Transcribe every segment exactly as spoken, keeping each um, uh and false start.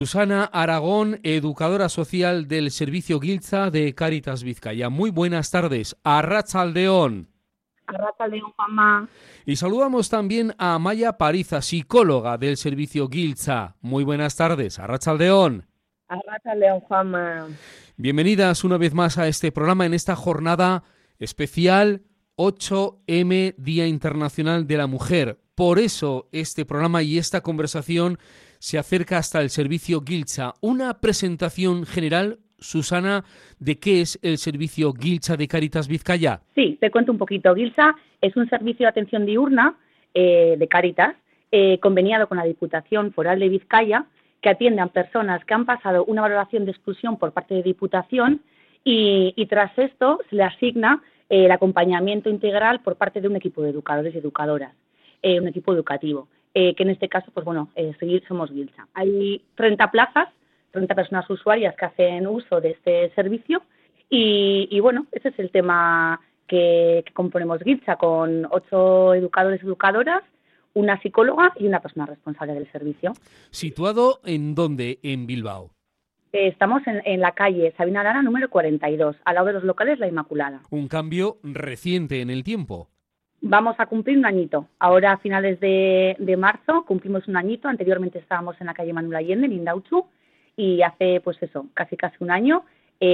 Susana Aragón, educadora social del Servicio Giltza de Cáritas Vizcaya. Muy buenas tardes. Arratsaldeon. Arratsaldeon, Juanma. Y saludamos también a Amaya Pariza, psicóloga del Servicio Giltza. Muy buenas tardes. Arratsaldeon. Arratsaldeon, Juanma. Bienvenidas una vez más a este programa en esta jornada especial ocho eme, Día Internacional de la Mujer. Por eso este programa y esta conversación se acerca hasta el Servicio Giltza. Una presentación general, Susana, de qué es el Servicio Giltza de Cáritas Vizcaya. Sí, te cuento un poquito. Giltza es un servicio de atención diurna eh, de Cáritas, eh, conveniado con la Diputación Foral de Vizcaya, que atiende a personas que han pasado una valoración de exclusión por parte de Diputación y, y tras esto se le asigna eh, el acompañamiento integral por parte de un equipo de educadores y educadoras, eh, un equipo educativo. Eh, que en este caso, pues bueno, eh, somos Giltza. Hay treinta plazas, treinta personas usuarias que hacen uso de este servicio y, y bueno, ese es el tema que, que componemos Giltza, con ocho educadores y educadoras, una psicóloga y una persona responsable del servicio. ¿Situado en dónde en Bilbao? Eh, estamos en, en la calle Sabino Arana número cuarenta y dos, al lado de los locales La Inmaculada. Un cambio reciente en el tiempo. Vamos a cumplir un añito. Ahora, a finales de, de marzo, cumplimos un añito. Anteriormente estábamos en la calle Manuel Allende, en Indautxu, y hace, pues eso, casi casi un año,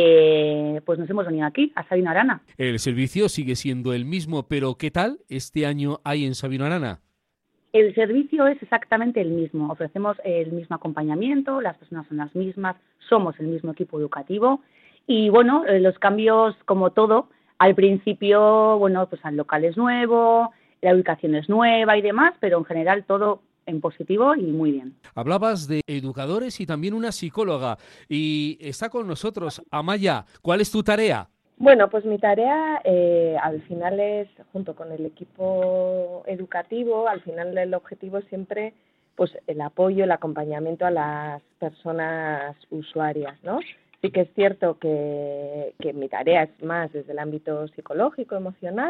eh, pues nos hemos venido aquí, a Sabino Arana. El servicio sigue siendo el mismo, pero ¿qué tal este año hay en Sabino Arana? El servicio es exactamente el mismo. Ofrecemos el mismo acompañamiento, las personas son las mismas, somos el mismo equipo educativo, y bueno, los cambios, como todo, al principio, bueno, pues el local es nuevo, la ubicación es nueva y demás, pero en general todo en positivo y muy bien. Hablabas de educadores y también una psicóloga. Y está con nosotros Amaya. ¿Cuál es tu tarea? Bueno, pues mi tarea eh, al final es, junto con el equipo educativo, al final el objetivo es siempre pues el apoyo, el acompañamiento a las personas usuarias, ¿no? Sí que es cierto que, que mi tarea es más desde el ámbito psicológico, emocional,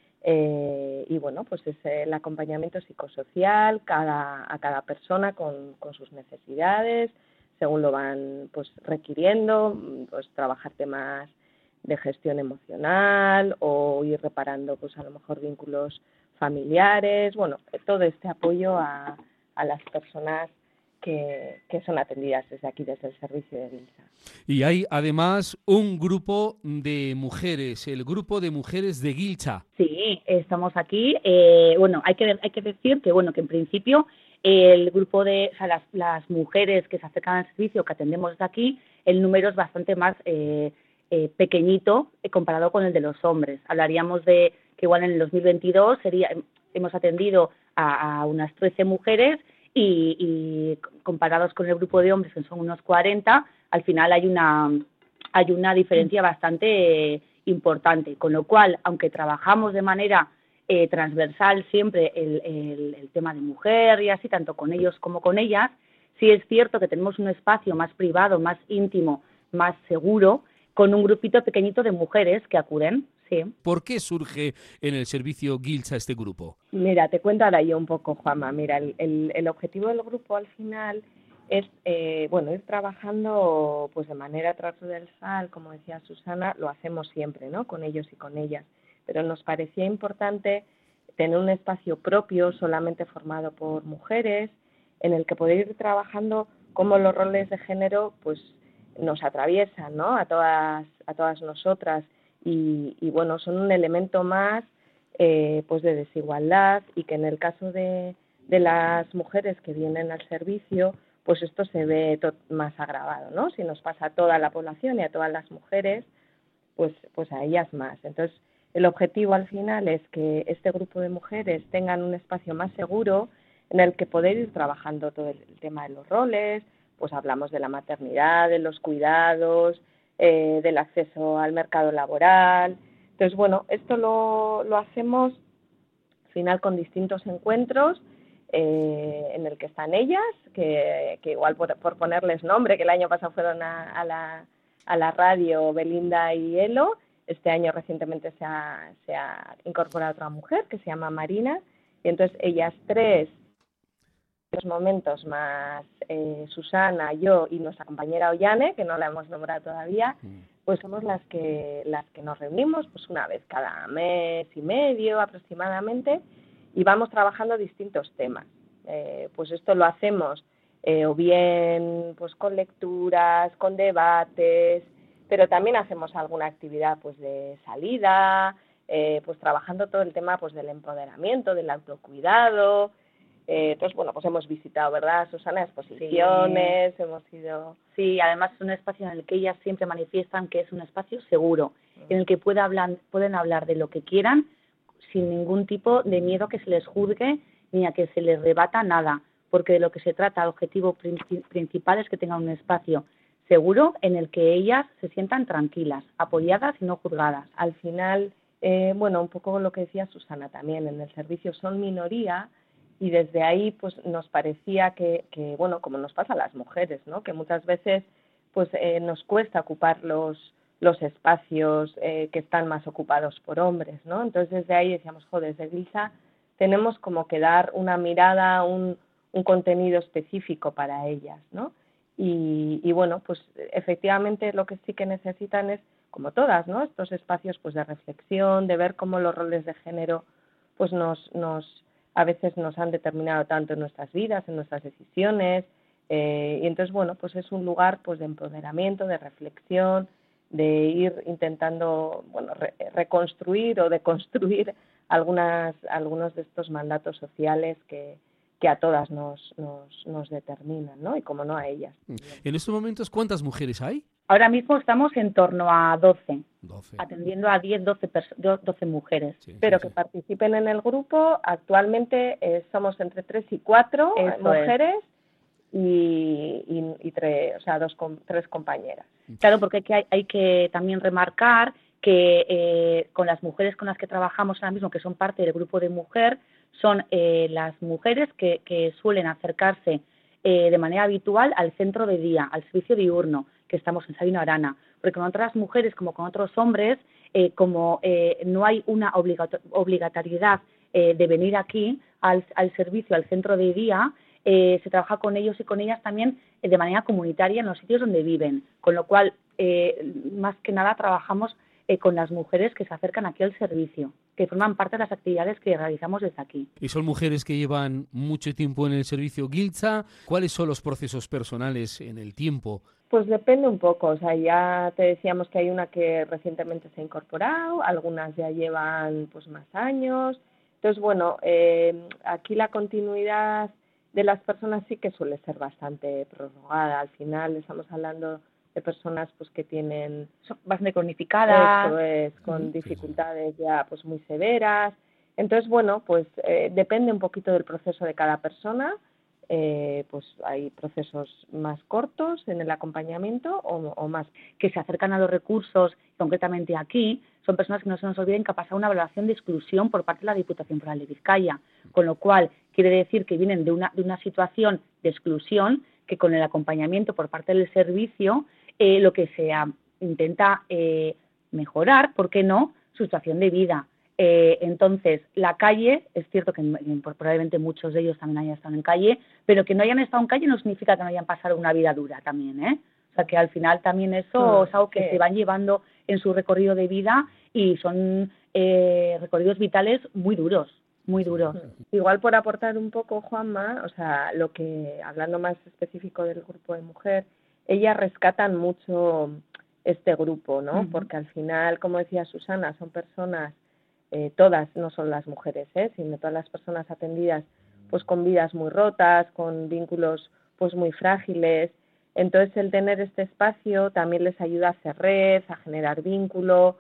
eh, y bueno, pues es el acompañamiento psicosocial cada, a cada persona con, con sus necesidades, según lo van pues requiriendo, pues trabajar temas de gestión emocional o ir reparando pues a lo mejor vínculos familiares, bueno, todo este apoyo a, a las personas Que, que son atendidas desde aquí, desde el servicio de Giltza. Y hay además un grupo de mujeres, el grupo de mujeres de Giltza. Sí, estamos aquí. Eh, bueno, hay que hay que decir que bueno que en principio el grupo de, o sea, las, las mujeres que se acercan al servicio que atendemos desde aquí, el número es bastante más eh, eh, pequeñito eh, comparado con el de los hombres. Hablaríamos de que igual en el dos mil veintidós sería, hemos atendido a, a unas trece mujeres. Y, y comparados con el grupo de hombres, que son unos cuarenta, al final hay una hay una diferencia bastante eh, importante, con lo cual, aunque trabajamos de manera eh, transversal siempre el, el, el tema de mujer y así, tanto con ellos como con ellas, sí es cierto que tenemos un espacio más privado, más íntimo, más seguro, con un grupito pequeñito de mujeres que acuden. Sí. ¿Por qué surge en el servicio Giltza este grupo? Mira, te cuento ahora yo un poco, Juanma. Mira, el, el, el objetivo del grupo al final es, eh, bueno, ir trabajando pues de manera transversal, como decía Susana, lo hacemos siempre, ¿no? Con ellos y con ellas. Pero nos parecía importante tener un espacio propio, solamente formado por mujeres, en el que poder ir trabajando cómo los roles de género, pues, nos atraviesan, ¿no? A todas, a todas nosotras. Y, y bueno, son un elemento más eh, pues de desigualdad y que en el caso de, de las mujeres que vienen al servicio, pues esto se ve to- más agravado, ¿no? Si nos pasa a toda la población y a todas las mujeres, pues, pues a ellas más. Entonces, el objetivo al final es que este grupo de mujeres tengan un espacio más seguro en el que poder ir trabajando todo el, el tema de los roles, pues hablamos de la maternidad, de los cuidados, Eh, del acceso al mercado laboral. Entonces, bueno, esto lo, lo hacemos al final con distintos encuentros eh, en el que están ellas, que, que igual por, por ponerles nombre, que el año pasado fueron a, a, la, a la radio Belinda y Elo, este año recientemente se ha, se ha incorporado otra mujer que se llama Marina, y entonces ellas tres los momentos más eh, Susana, yo y nuestra compañera Ollane, que no la hemos nombrado todavía, pues somos las que las que nos reunimos pues una vez cada mes y medio aproximadamente y vamos trabajando distintos temas. Eh, pues esto lo hacemos eh, o bien pues con lecturas, con debates, pero también hacemos alguna actividad pues de salida, eh, pues trabajando todo el tema pues del empoderamiento, del autocuidado. Eh, entonces, bueno, pues hemos visitado, ¿verdad, Susana? Exposiciones, sí. hemos ido... Sí, además es un espacio en el que ellas siempre manifiestan que es un espacio seguro, en el que pueda hablar, pueden hablar de lo que quieran sin ningún tipo de miedo que se les juzgue ni a que se les rebata nada, porque de lo que se trata, el objetivo principal es que tengan un espacio seguro en el que ellas se sientan tranquilas, apoyadas y no juzgadas. Al final, eh, bueno, un poco lo que decía Susana también, en el servicio son minoría. Y desde ahí pues nos parecía que, que, bueno, como nos pasa a las mujeres, ¿no? Que muchas veces pues eh, nos cuesta ocupar los, los espacios eh, que están más ocupados por hombres, ¿no? Entonces desde ahí decíamos, joder, desde Gilsa tenemos como que dar una mirada, un, un contenido específico para ellas, ¿no? Y, y bueno, pues efectivamente lo que sí que necesitan es, como todas, ¿no? Estos espacios pues de reflexión, de ver cómo los roles de género pues nos... nos a veces nos han determinado tanto en nuestras vidas, en nuestras decisiones, eh, y entonces, bueno, pues es un lugar pues de empoderamiento, de reflexión, de ir intentando, bueno, re- reconstruir o deconstruir algunas, algunos de estos mandatos sociales que, que a todas nos, nos, nos determinan, ¿no? Y como no a ellas. En estos momentos, ¿cuántas mujeres hay? Ahora mismo estamos en torno a doce, doce. Atendiendo a diez, doce, doce mujeres. Sí, Pero sí, que sí. participen en el grupo, actualmente eh, somos entre tres y cuatro Eso mujeres y, y, y tres, o sea, dos, tres compañeras. Claro, porque hay que, hay, hay que también remarcar que eh, con las mujeres con las que trabajamos ahora mismo, que son parte del grupo de mujer, son eh, las mujeres que, que suelen acercarse eh, de manera habitual al centro de día, al servicio diurno, que estamos en Sabino Arana, porque con otras mujeres como con otros hombres, eh, como eh, no hay una obligato- obligatoriedad eh, de venir aquí al, al servicio, al centro de día, eh, se trabaja con ellos y con ellas también eh, de manera comunitaria en los sitios donde viven, con lo cual, eh, más que nada, trabajamos eh, con las mujeres que se acercan aquí al servicio, que forman parte de las actividades que realizamos desde aquí. Y son mujeres que llevan mucho tiempo en el servicio Gilsa. ¿Cuáles son los procesos personales en el tiempo? Pues depende un poco, o sea, ya te decíamos que hay una que recientemente se ha incorporado, algunas ya llevan pues más años. Entonces, bueno, eh, aquí la continuidad de las personas sí que suele ser bastante prorrogada. Al final estamos hablando de personas pues que tienen Son bastante cronificadas, eso es, con Sí, dificultades ya pues muy severas. Entonces, bueno, pues eh, depende un poquito del proceso de cada persona. Eh, pues hay procesos más cortos en el acompañamiento o, o más que se acercan a los recursos, concretamente aquí, son personas que no se nos olviden que ha pasado una evaluación de exclusión por parte de la Diputación Foral de Vizcaya, con lo cual quiere decir que vienen de una, de una situación de exclusión que con el acompañamiento por parte del servicio eh, lo que se ha, intenta eh, mejorar, ¿por qué no?, su situación de vida. Eh, entonces, la calle, es cierto que probablemente muchos de ellos también hayan estado en calle, pero que no hayan estado en calle no significa que no hayan pasado una vida dura también, ¿eh? O sea, que al final también eso Mm, es algo que sí. se van llevando en su recorrido de vida y son eh, recorridos vitales muy duros, muy duros. Igual por aportar un poco, Juanma, o sea, lo que, hablando más específico del grupo de mujer, ellas rescatan mucho este grupo, ¿no? Uh-huh. Porque al final, como decía Susana, son personas, eh, todas, no son las mujeres, ¿eh? Sino todas las personas atendidas, pues con vidas muy rotas, con vínculos pues muy frágiles. Entonces, el tener este espacio también les ayuda a hacer red, a generar vínculo,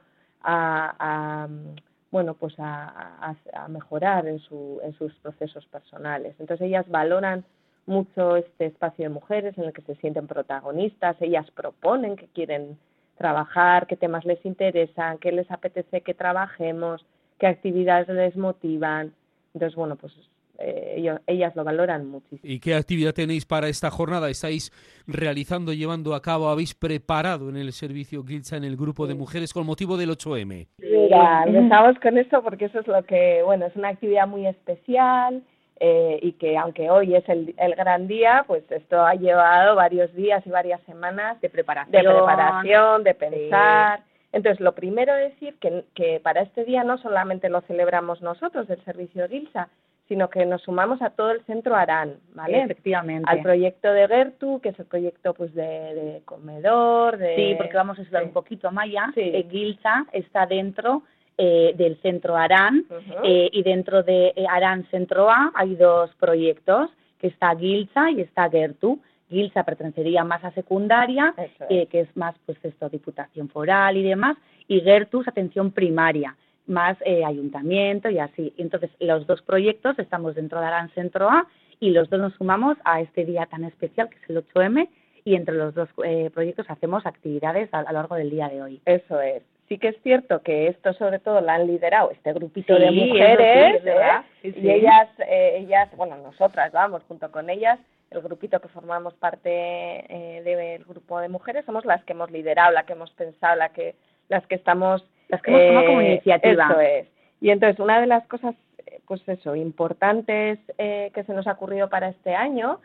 a, a bueno, pues a, a, a mejorar en, su, en sus procesos personales. Entonces, ellas valoran mucho este espacio de mujeres en el que se sienten protagonistas, ellas proponen que quieren trabajar, qué temas les interesan, qué les apetece que trabajemos, qué actividades les motivan. Entonces, bueno, pues eh, ellos, ellas lo valoran muchísimo. ¿Y qué actividad tenéis para esta jornada? ¿Estáis realizando, llevando a cabo, habéis preparado en el servicio Gilsa, en el grupo de mujeres, con motivo del ocho eme? Mira, empezamos con esto porque eso es lo que, bueno, es una actividad muy especial. eh, y que aunque hoy es el, el gran día, pues esto ha llevado varios días y varias semanas de preparación, de, preparación, de pensar. Sí. Entonces, lo primero es decir que, que para este día no solamente lo celebramos nosotros del Servicio Gilsa, sino que nos sumamos a todo el Centro Arán, ¿vale? Efectivamente. Al proyecto de Gertu, que es el proyecto pues de, de comedor, de... Sí, porque vamos a estudiar sí. un poquito, Maya. Sí. Eh, Gilsa está dentro eh, del Centro Arán, Uh-huh. eh, y dentro de eh, Arán Centro A hay dos proyectos, que está Gilsa y está Gertu. Gilsa pertenecería más a secundaria, es. eh, que es más pues esto, diputación foral y demás, y Gertu es atención primaria, más eh, ayuntamiento y así. Entonces, los dos proyectos estamos dentro de Arán Centro A y los dos nos sumamos a este día tan especial que es el ocho eme, y entre los dos eh, proyectos hacemos actividades a, a lo largo del día de hoy. Eso es. Sí que es cierto que esto sobre todo lo han liderado este grupito sí, de mujeres, sí, ¿verdad? ¿eh? Sí, Y sí. ellas, eh, ellas, bueno, nosotras vamos junto con ellas, el grupito que formamos parte eh, del grupo de mujeres, somos las que hemos liderado, las que hemos pensado, las que, las que estamos... Las que hemos eh, tomado como iniciativa. Eso es. Y entonces, una de las cosas, pues eso, importantes eh, que se nos ha ocurrido para este año,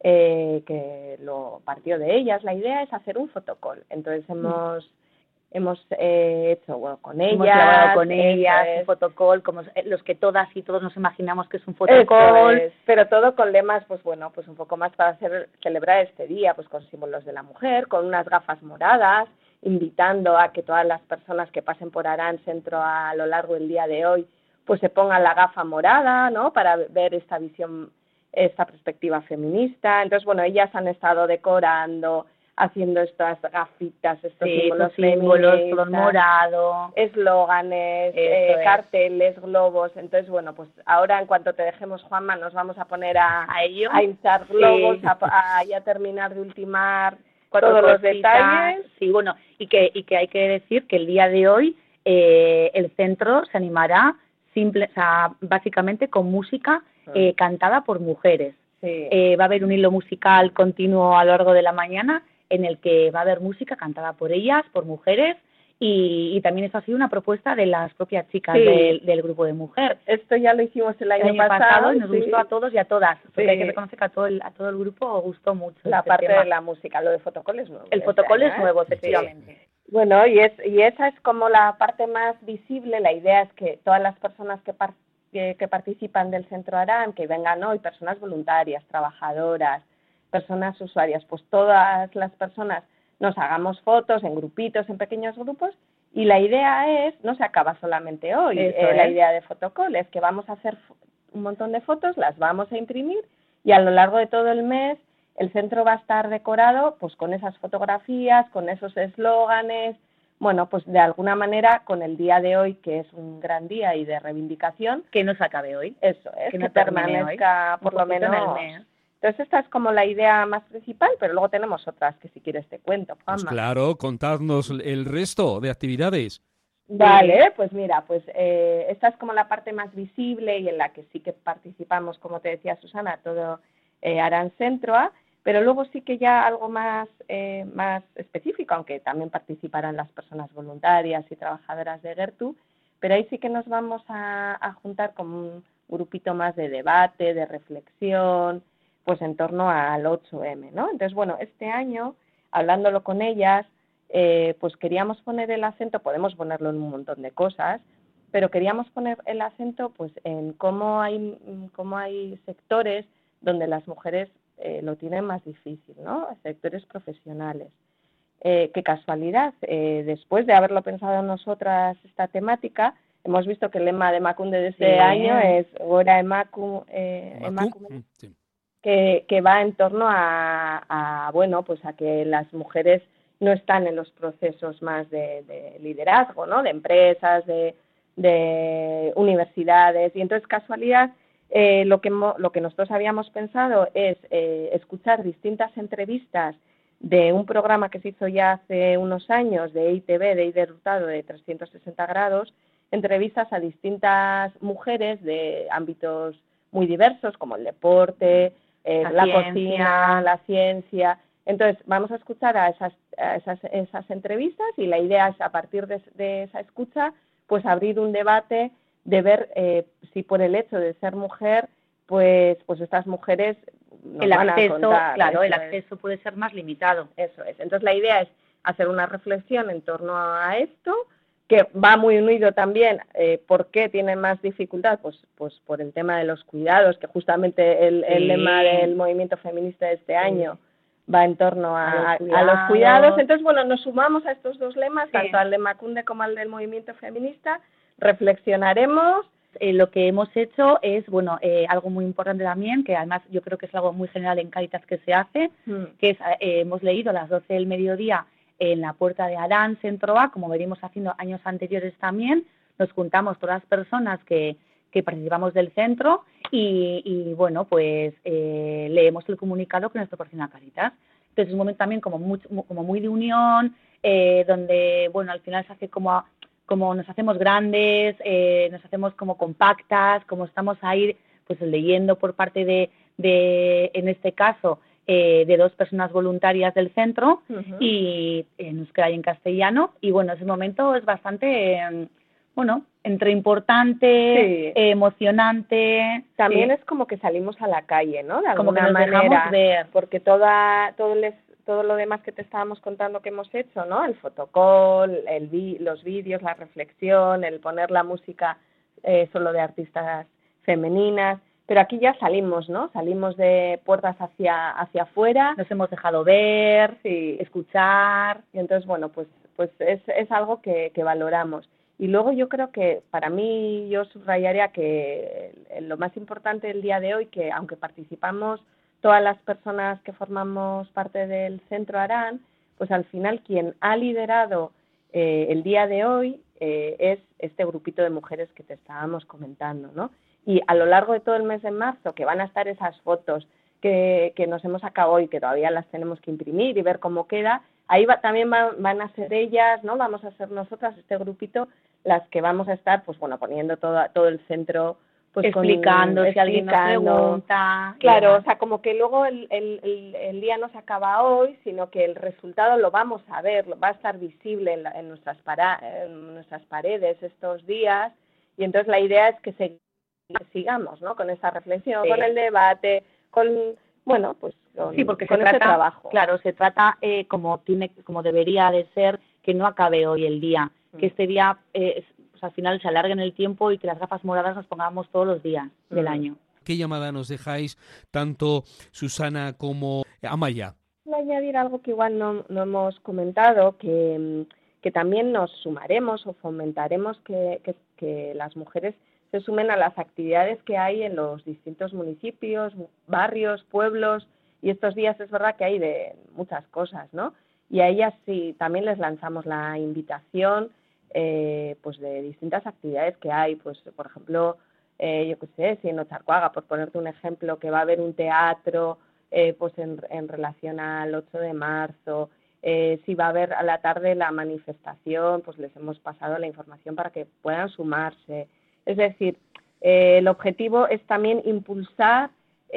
eh, que lo partió de ellas, la idea es hacer un fotocall. Entonces, hemos... Mm. Hemos eh, hecho bueno, con ellas, hemos elaborado con eso ellas es. un fotocall, como los que todas y todos nos imaginamos que es un fotocall. Es, pero todo con lemas, pues bueno, pues un poco más para hacer celebrar este día, pues con símbolos de la mujer, con unas gafas moradas, invitando a que todas las personas que pasen por Arán Centro a lo largo del día de hoy, pues se pongan la gafa morada, ¿no? Para ver esta visión, esta perspectiva feminista. Entonces, bueno, ellas han estado decorando, haciendo estas gafitas, estos sí, símbolos, símbolos, todo morado, eslóganes, eh, carteles, globos. Entonces, bueno, pues ahora en cuanto te dejemos, Juanma, nos vamos a poner a, a, ello? a hinchar globos, sí. a, a ya terminar de ultimar Cuatro todos cositas. Los detalles. Sí, bueno, y que, y que hay que decir que el día de hoy eh, el centro se animará simple, o sea, básicamente con música eh, cantada por mujeres. Sí. Eh, va a haber un hilo musical continuo a lo largo de la mañana en el que va a haber música cantada por ellas, por mujeres, y, y también eso ha sido una propuesta de las propias chicas sí. del, del grupo de mujer. Esto ya lo hicimos el año, el año pasado, pasado y nos sí. gustó a todos y a todas, porque sí. hay que reconocer que a todo el, a todo el grupo gustó mucho. La este parte tema. de la música, lo de fotocall es nuevo. El este fotocall año, es nuevo, ¿eh? efectivamente. Sí. Bueno, y, es, y esa es como la parte más visible. La idea es que todas las personas que, par que, que participan del Centro Arán, que vengan hoy, personas voluntarias, trabajadoras, personas usuarias, pues todas las personas nos hagamos fotos en grupitos, en pequeños grupos, y la idea es, no se acaba solamente hoy, eh, la idea de fotocall es que vamos a hacer un montón de fotos, las vamos a imprimir, y a lo largo de todo el mes el centro va a estar decorado pues con esas fotografías, con esos eslóganes, bueno, pues de alguna manera con el día de hoy, que es un gran día y de reivindicación. Que no se acabe hoy. Eso es, que, que no permanezca hoy, por lo menos en el mes. Entonces esta es como la idea más principal, pero luego tenemos otras que si quieres te cuento, Juanma. Pues claro, contadnos el resto de actividades. Vale, pues mira, pues eh, esta es como la parte más visible y en la que sí que participamos, como te decía Susana, todo eh, Arán Centro A, pero luego sí que ya algo más, eh, más específico, aunque también participarán las personas voluntarias y trabajadoras de Gertu, pero ahí sí que nos vamos a, a juntar con un grupito más de debate, de reflexión, pues en torno al ocho eme, ¿no? Entonces, bueno, este año, hablándolo con ellas, eh, pues queríamos poner el acento, podemos ponerlo en un montón de cosas, pero queríamos poner el acento pues en cómo hay, cómo hay sectores donde las mujeres eh, lo tienen más difícil, ¿no? Sectores profesionales. Eh, qué casualidad, eh, después de haberlo pensado nosotras esta temática, hemos visto que el lema de Emakunde de este sí. año es Gora Emaku, eh, Emaku. Emakume, Sí. que, que va en torno a, a, bueno, pues a que las mujeres no están en los procesos más de, de liderazgo, ¿no? De empresas, de, de universidades, y entonces casualidad, eh, lo, que, lo que nosotros habíamos pensado es eh, escuchar distintas entrevistas de un programa que se hizo ya hace unos años de I T V, de Eider Hurtado, de trescientos sesenta grados, entrevistas a distintas mujeres de ámbitos muy diversos, como el deporte, eh, la, la cocina, la ciencia. Entonces, vamos a escuchar a esas, a esas, esas entrevistas y la idea es, a partir de, de esa escucha, pues abrir un debate de ver eh, si por el hecho de ser mujer pues, pues estas mujeres nos el van acceso, a contar. claro, el Eso es. acceso puede ser más limitado. Eso es. Entonces la idea es hacer una reflexión en torno a esto, que va muy unido también, eh, ¿por qué tienen más dificultad? Pues, pues por el tema de los cuidados, que justamente el, Sí. el lema del movimiento feminista de este Sí. año va en torno a, A los a- a cuidados. los cuidados. Entonces, bueno, nos sumamos a estos dos lemas, Sí. tanto al de Emakunde como al del movimiento feminista, reflexionaremos. Eh, lo que hemos hecho es, bueno, eh, algo muy importante también, que además yo creo que es algo muy general en Cáritas que se hace, Mm. que es, eh, hemos leído a las doce del mediodía en la Puerta de Arán, Centro A, como venimos haciendo años anteriores también, nos juntamos todas las personas que, que participamos del centro y, y bueno, pues eh, leemos el comunicado que nos proporciona Cáritas. Entonces es un momento también como muy, como muy de unión, eh, donde, bueno, al final se hace como, como nos hacemos grandes, eh, nos hacemos como compactas, como estamos ahí pues leyendo por parte de, de en este caso, eh, de dos personas voluntarias del centro, Ujú. y en euskera y en castellano, y bueno, ese momento es bastante, eh, bueno, entre importante, Sí. eh, emocionante. También sí. es como que salimos a la calle, ¿no? De Como que alguna nos dejamos manera, ver. porque toda, todo, les, todo lo demás que te estábamos contando que hemos hecho, ¿no? El fotocall, el vi, los vídeos, la reflexión, el poner la música eh, solo de artistas femeninas, pero aquí ya salimos, ¿no? Salimos de puertas hacia hacia afuera. Nos hemos dejado ver, Sí. escuchar. Y entonces, bueno, pues pues es, es algo que, que valoramos. Y luego yo creo que para mí yo subrayaría que lo más importante del día de hoy, que aunque participamos todas las personas que formamos parte del Centro Arán, pues al final quien ha liderado eh, el día de hoy eh, es este grupito de mujeres que te estábamos comentando, ¿no? Y a lo largo de todo el mes de marzo, que van a estar esas fotos que, que nos hemos sacado hoy, que todavía las tenemos que imprimir y ver cómo queda, ahí va, también va, van a ser ellas, ¿no? Vamos a ser nosotras, este grupito, las que vamos a estar, pues bueno, poniendo todo, todo el centro, pues explicando, con, si alguien nos explicando. pregunta. y Claro, demás. o sea, como que luego el, el, el, el día no se acaba hoy, sino que el resultado lo vamos a ver, lo- va a estar visible en, la- en, nuestras, para, en nuestras paredes estos días, y entonces la idea es que se, sigamos, ¿no? Con esa reflexión, Sí. con el debate, con, bueno, pues con, Sí, porque con se ese trata, trabajo. claro, se trata eh, como tiene, como debería de ser, que no acabe hoy el día, Mm. que este día, eh, es- pues al final se alargue en el tiempo y que las gafas moradas nos pongamos todos los días del Mm. año. ¿Qué llamada nos dejáis tanto Susana como Amaya? Quiero añadir algo que igual no, no hemos comentado, que, mm, que también nos sumaremos o fomentaremos que, que, que las mujeres se sumen a las actividades que hay en los distintos municipios, barrios, pueblos, y estos días es verdad que hay de muchas cosas, ¿no? Y a ellas sí, también les lanzamos la invitación eh, pues de distintas actividades que hay, pues por ejemplo, eh, yo qué sé, si en Ocharcoaga, por ponerte un ejemplo, que va a haber un teatro, eh, pues en, en relación al ocho de marzo, eh, si va a haber a la tarde la manifestación, pues les hemos pasado la información para que puedan sumarse. Es decir, eh, el objetivo es también impulsar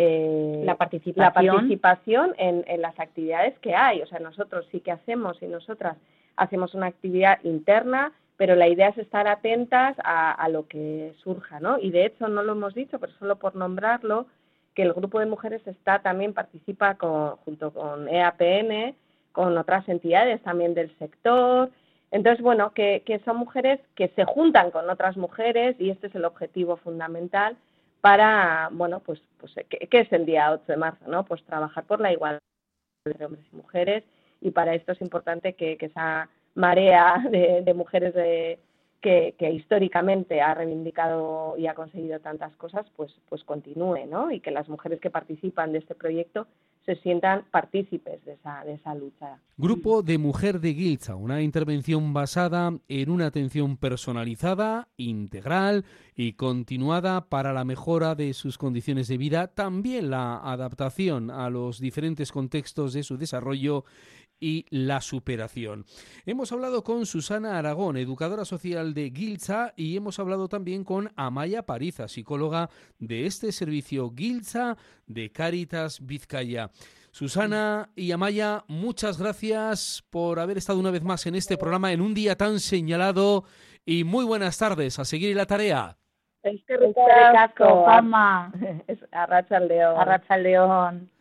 eh, La la participación. participación en, en las actividades que hay. O sea, nosotros sí que hacemos y nosotras hacemos una actividad interna, pero la idea es estar atentas a, a lo que surja, ¿no? Y de hecho, no lo hemos dicho, pero solo por nombrarlo, que el grupo de mujeres está también participa con, junto con E A P N, con otras entidades también del sector. Entonces, bueno, que, que son mujeres que se juntan con otras mujeres y este es el objetivo fundamental para, bueno, pues, pues ¿qué, qué es el día ocho de marzo, ¿no? Pues trabajar por la igualdad entre hombres y mujeres, y para esto es importante que, que esa marea de, de mujeres de, que, que históricamente ha reivindicado y ha conseguido tantas cosas, pues, pues continúe, ¿no? Y que las mujeres que participan de este proyecto se sientan partícipes de esa, de esa lucha. Grupo de Mujer de Giltza, una intervención basada en una atención personalizada, integral y continuada para la mejora de sus condiciones de vida, también la adaptación a los diferentes contextos de su desarrollo y la superación. Hemos hablado con Susana Aragón, educadora social de Giltza, y hemos hablado también con Amaya Pariza, psicóloga de este servicio Giltza de Cáritas Vizcaya. Susana y Amaya, muchas gracias por haber estado una vez más en este programa en un día tan señalado, y muy buenas tardes, a seguir la tarea. Es que Eskerrik asko, Juanma. Arratsaldeon. Arratsaldeon.